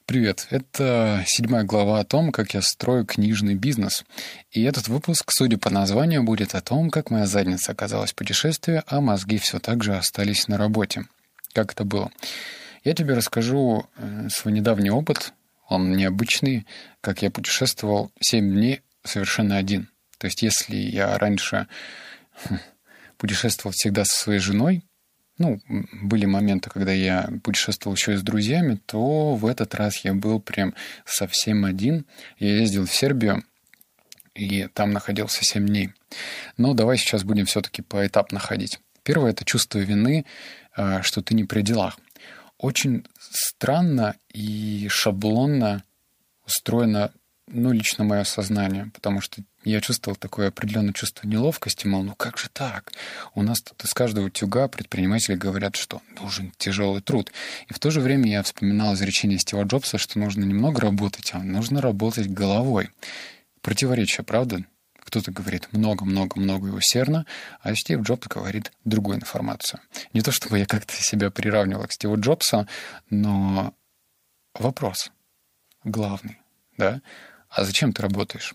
Привет, это 7 глава о том, как я строю книжный бизнес. И этот выпуск, судя по названию, будет о том, как моя задница оказалась в путешествии, а мозги все так же остались на работе. Как это было? Я тебе расскажу свой недавний опыт, он необычный, как я путешествовал 7 дней совершенно один. То есть если я раньше путешествовал всегда со своей женой, были моменты, когда я путешествовал еще и с друзьями, то в этот раз я был прям совсем один. Я ездил в Сербию, и там находился 7 дней. Но давай сейчас будем все-таки поэтапно ходить. Первое — это чувство вины, что ты не при делах. Очень странно и шаблонно устроено, лично мое сознание, потому что я чувствовал такое определенное чувство неловкости, мол, как же так? У нас тут из каждого утюга предприниматели говорят, что нужен тяжелый труд. И в то же время я вспоминал изречение Стива Джобса, что нужно немного работать, а нужно работать головой. Противоречие, правда? Кто-то говорит много-много-много и усердно, а Стив Джобс говорит другую информацию. Не то чтобы я как-то себя приравнивал к Стиву Джобсу, но вопрос главный, да? А зачем ты работаешь?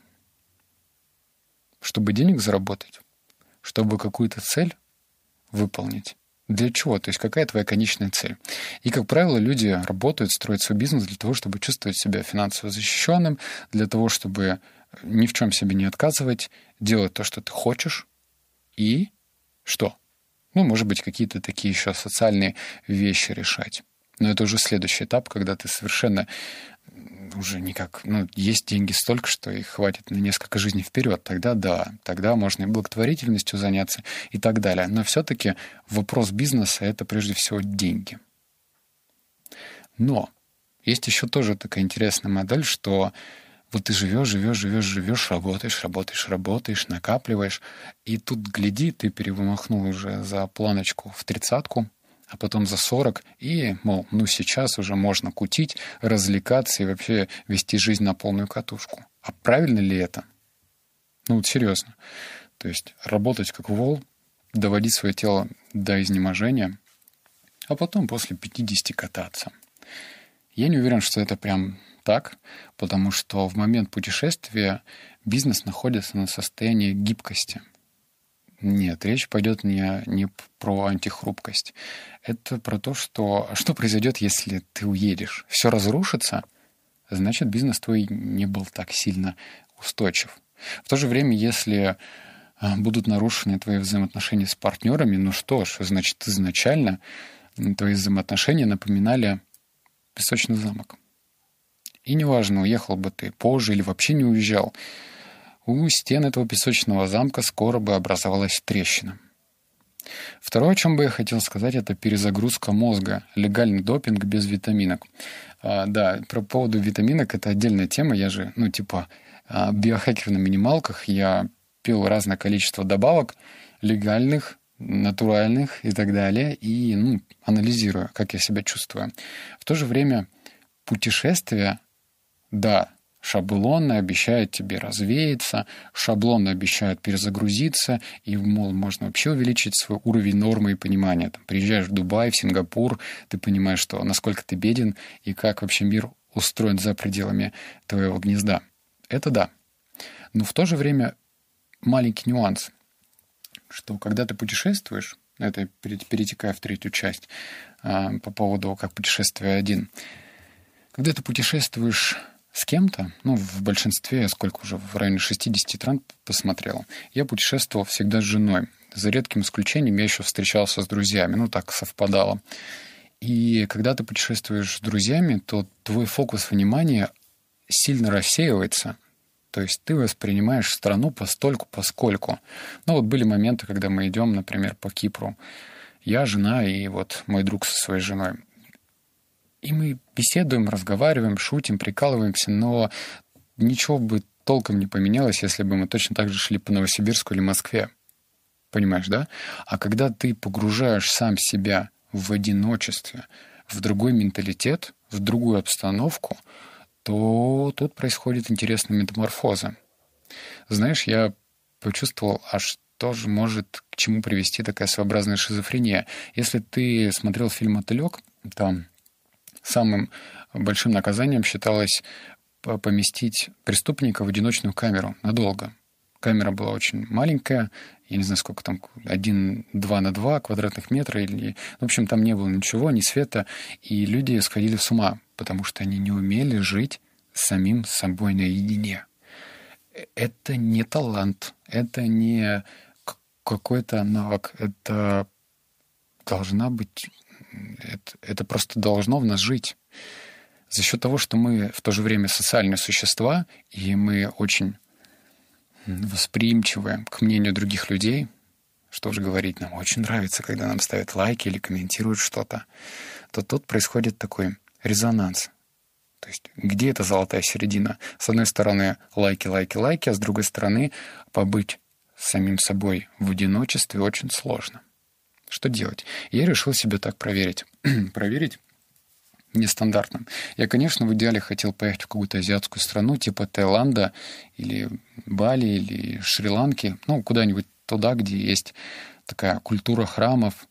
Чтобы денег заработать? Чтобы какую-то цель выполнить? Для чего? То есть какая твоя конечная цель? И, как правило, люди работают, строят свой бизнес для того, чтобы чувствовать себя финансово защищенным, для того, чтобы ни в чем себе не отказывать, делать то, что ты хочешь. И что? Может быть, какие-то такие еще социальные вещи решать. Но это уже следующий этап, когда ты совершенно уже никак, есть деньги столько, что их хватит на несколько жизней вперед. Тогда да, тогда можно и благотворительностью заняться и так далее. Но все-таки вопрос бизнеса — это прежде всего деньги. Но есть еще тоже такая интересная модель, что вот ты живешь, работаешь, накапливаешь, и тут, гляди, ты перемахнул уже за планочку в 30-ку, а потом за 40, и, сейчас уже можно кутить, развлекаться и вообще вести жизнь на полную катушку. А правильно ли это? Серьезно. То есть работать как вол, доводить свое тело до изнеможения, а потом после 50 кататься. Я не уверен, что это прям так, потому что в момент путешествия бизнес находится на состоянии гибкости. Нет, речь пойдет не про антихрупкость. Это про то, что произойдет, если ты уедешь. Все разрушится, значит, бизнес твой не был так сильно устойчив. В то же время, если будут нарушены твои взаимоотношения с партнерами, значит, изначально твои взаимоотношения напоминали песочный замок. И неважно, уехал бы ты позже или вообще не уезжал, у стен этого песочного замка скоро бы образовалась трещина. Второе, о чем бы я хотел сказать, это перезагрузка мозга. Легальный допинг без витаминок. Про поводу витаминок это отдельная тема. Я же, биохакер на минималках. Я пил разное количество добавок, легальных, натуральных и так далее. И, анализирую, как я себя чувствую. В то же время путешествия, шаблонно обещают тебе развеяться, шаблонно обещают перезагрузиться, и, можно вообще увеличить свой уровень нормы и понимания. Приезжаешь в Дубай, в Сингапур, ты понимаешь, насколько ты беден и как вообще мир устроен за пределами твоего гнезда. Это да. Но в то же время маленький нюанс, что когда ты путешествуешь, это перетекая в третью часть по поводу как путешествие один, когда ты путешествуешь с кем-то, в большинстве, сколько уже, в районе 60 стран посмотрел, я путешествовал всегда с женой. За редким исключением я еще встречался с друзьями, так совпадало. И когда ты путешествуешь с друзьями, то твой фокус внимания сильно рассеивается. То есть ты воспринимаешь страну постольку, поскольку. Были моменты, когда мы идем, например, по Кипру. Я, жена и мой друг со своей женой. И мы беседуем, разговариваем, шутим, прикалываемся, но ничего бы толком не поменялось, если бы мы точно так же шли по Новосибирску или Москве. Понимаешь, да? А когда ты погружаешь сам себя в одиночестве, в другой менталитет, в другую обстановку, то тут происходит интересная метаморфоза. Знаешь, я почувствовал, что же может к чему привести такая своеобразная шизофрения. Если ты смотрел фильм «Мотылек», там самым большим наказанием считалось поместить преступника в одиночную камеру надолго. Камера была очень маленькая, я не знаю, сколько там, 1-2 на 2 квадратных метра. В общем, там не было ничего, ни света, и люди сходили с ума, потому что они не умели жить с самим собой наедине. Это не талант, это не какой-то навык, это должна быть, это просто должно в нас жить. За счет того, что мы в то же время социальные существа, и мы очень восприимчивы к мнению других людей, что же говорить, нам очень нравится, когда нам ставят лайки или комментируют что-то, то тут происходит такой резонанс. То есть где эта золотая середина? С одной стороны, лайки, лайки, лайки, а с другой стороны, побыть самим собой в одиночестве очень сложно. Что делать? Я решил себя так проверить. Проверить нестандартно. Я, конечно, в идеале хотел поехать в какую-то азиатскую страну, типа Таиланда или Бали или Шри-Ланки, куда-нибудь туда, где есть такая культура храмов,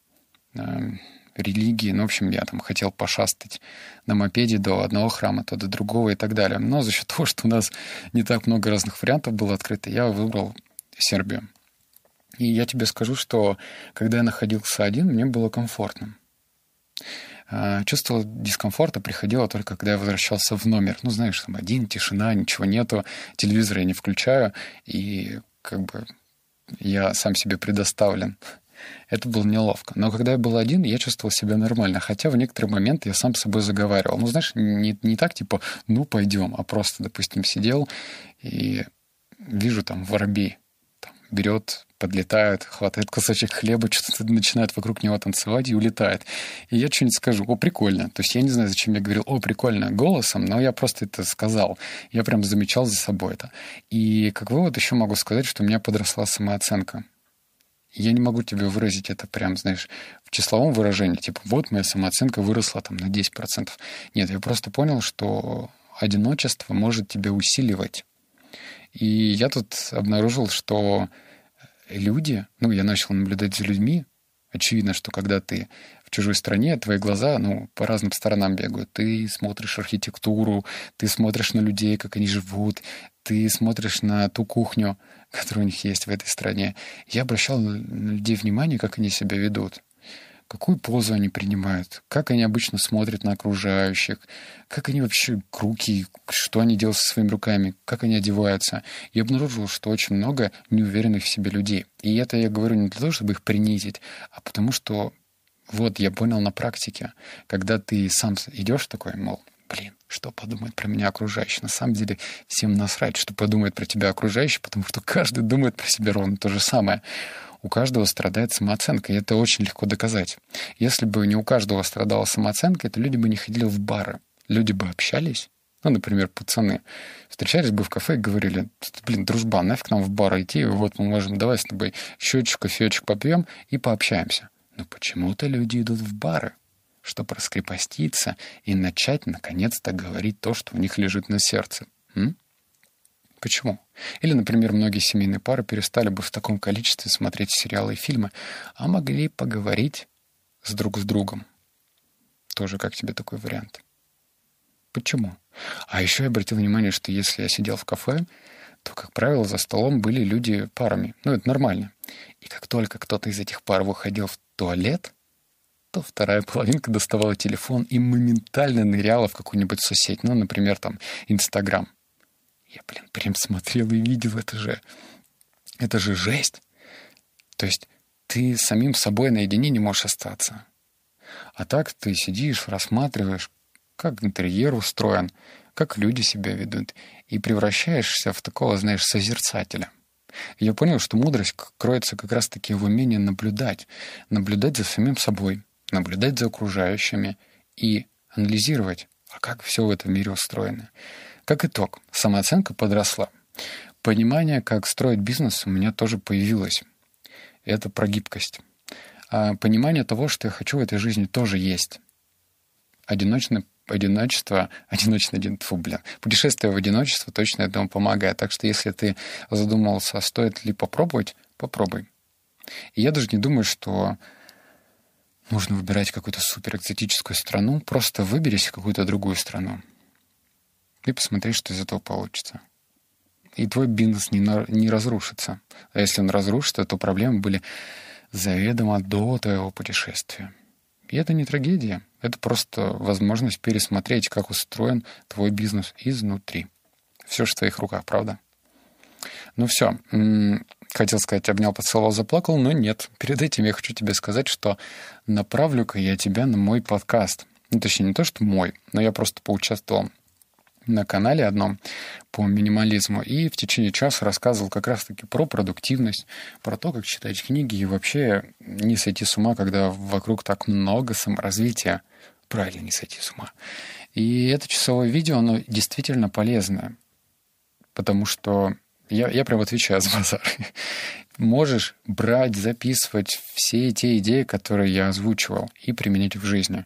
религии. В общем, я там хотел пошастать на мопеде до одного храма, то до другого и так далее. Но за счет того, что у нас не так много разных вариантов было открыто, я выбрал Сербию. И я тебе скажу, что когда я находился один, мне было комфортно. Чувство дискомфорта приходило только, когда я возвращался в номер. Знаешь, там один, тишина, ничего нету, телевизор я не включаю, и я сам себе предоставлен. Это было неловко. Но когда я был один, я чувствовал себя нормально. Хотя в некоторые моменты я сам с собой заговаривал. Знаешь, не так, типа, пойдем, а просто, допустим, сидел и вижу там воробей. Берет, подлетает, хватает кусочек хлеба, что-то начинает вокруг него танцевать и улетает. И я что-нибудь скажу: «О, прикольно». То есть я не знаю, зачем я говорил «О, прикольно» голосом, но я просто это сказал. Я прям замечал за собой это. И как вывод еще могу сказать, что у меня подросла самооценка. Я не могу тебе выразить это прям, знаешь, в числовом выражении, типа вот моя самооценка выросла там на 10%. Нет, я просто понял, что одиночество может тебя усиливать. И я тут обнаружил, что люди, я начал наблюдать за людьми. Очевидно, что когда ты в чужой стране, твои глаза, по разным сторонам бегают. Ты смотришь архитектуру, ты смотришь на людей, как они живут, ты смотришь на ту кухню, которая у них есть в этой стране. Я обращал на людей внимание, как они себя ведут. Какую позу они принимают, как они обычно смотрят на окружающих, как они вообще руки, что они делают со своими руками, как они одеваются. Я обнаружил, что очень много неуверенных в себе людей. И это я говорю не для того, чтобы их принизить, а потому что я понял на практике, когда ты сам идешь такой, что подумает про меня окружающий? На самом деле всем насрать, что подумает про тебя окружающий, потому что каждый думает про себя ровно то же самое. У каждого страдает самооценка, и это очень легко доказать. Если бы не у каждого страдала самооценка, то люди бы не ходили в бары. Люди бы общались. Например, пацаны встречались бы в кафе и говорили: дружбан, нафиг нам в бар идти, мы можем, давай с тобой щечек, кофеечек попьем и пообщаемся. Но почему-то люди идут в бары, чтобы раскрепоститься и начать наконец-то говорить то, что у них лежит на сердце. Почему? Или, например, многие семейные пары перестали бы в таком количестве смотреть сериалы и фильмы, а могли поговорить друг с другом. Тоже как тебе такой вариант? Почему? А еще я обратил внимание, что если я сидел в кафе, то, как правило, за столом были люди парами. Это нормально. И как только кто-то из этих пар выходил в туалет, то вторая половинка доставала телефон и моментально ныряла в какую-нибудь соцсеть. Например, Инстаграм. Я, прям смотрел и видел, это же жесть. То есть ты с самим собой наедине не можешь остаться. А так ты сидишь, рассматриваешь, как интерьер устроен, как люди себя ведут, и превращаешься в такого, знаешь, созерцателя. И я понял, что мудрость кроется как раз-таки в умении наблюдать за самим собой, наблюдать за окружающими и анализировать, а как все в этом мире устроено. Как итог, самооценка подросла. Понимание, как строить бизнес, у меня тоже появилось. Это про гибкость. А понимание того, что я хочу в этой жизни, тоже есть. Путешествие в одиночество точно этому помогает. Так что если ты задумался, стоит ли попробовать, попробуй. И я даже не думаю, что нужно выбирать какую-то суперэкзотическую страну. Просто выберись в какую-то другую страну и посмотри, что из этого получится. И твой бизнес не разрушится. А если он разрушится, то проблемы были заведомо до твоего путешествия. И это не трагедия. Это просто возможность пересмотреть, как устроен твой бизнес изнутри. Все же в твоих руках, правда? Ну все. Хотел сказать, обнял, поцеловал, заплакал, но нет. Перед этим я хочу тебе сказать, что направлю-ка я тебя на мой подкаст. Ну, точнее, не то, что мой, но я просто поучаствовал на канале одном по минимализму и в течение часа рассказывал как раз-таки про продуктивность, про то, как читать книги и вообще не сойти с ума, когда вокруг так много саморазвития. Правильно, не сойти с ума. И это часовое видео, оно действительно полезное, потому что я прям отвечаю за базар. Можешь брать, записывать все те идеи, которые я озвучивал, и применять в жизни.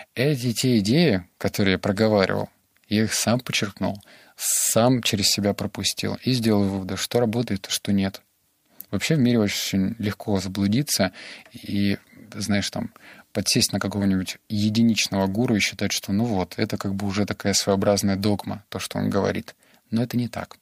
Те идеи, которые я проговаривал, я их сам подчеркнул, сам через себя пропустил и сделал выводы, что работает, а что нет. Вообще в мире очень легко заблудиться и, знаешь, там, подсесть на какого-нибудь единичного гуру и считать, что ну вот, это как бы уже такая своеобразная догма, то, что он говорит. Но это не так.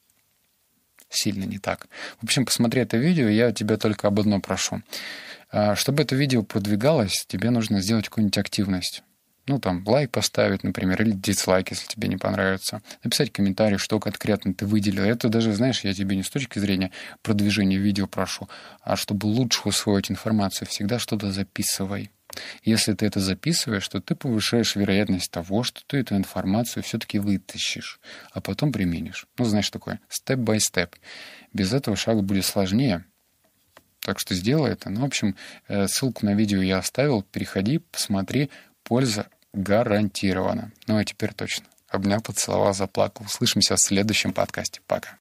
Сильно не так. В общем, посмотри это видео, я тебя только об одном прошу. Чтобы это видео продвигалось, тебе нужно сделать какую-нибудь активность. Ну, там, лайк поставить, например, или дизлайк, если тебе не понравится. Написать комментарий, что конкретно ты выделил. Это даже, знаешь, я тебе не с точки зрения продвижения видео прошу, а чтобы лучше усвоить информацию, всегда что-то записывай. Если ты это записываешь, то ты повышаешь вероятность того, что ты эту информацию все-таки вытащишь, а потом применишь. Ну, знаешь, такое степ-бай-степ. Без этого шага будет сложнее. Так что сделай это. Ну, в общем, ссылку на видео я оставил. Переходи, посмотри. Польза гарантирована. Ну, а теперь точно. Обнял, поцеловал, заплакал. Услышимся в следующем подкасте. Пока.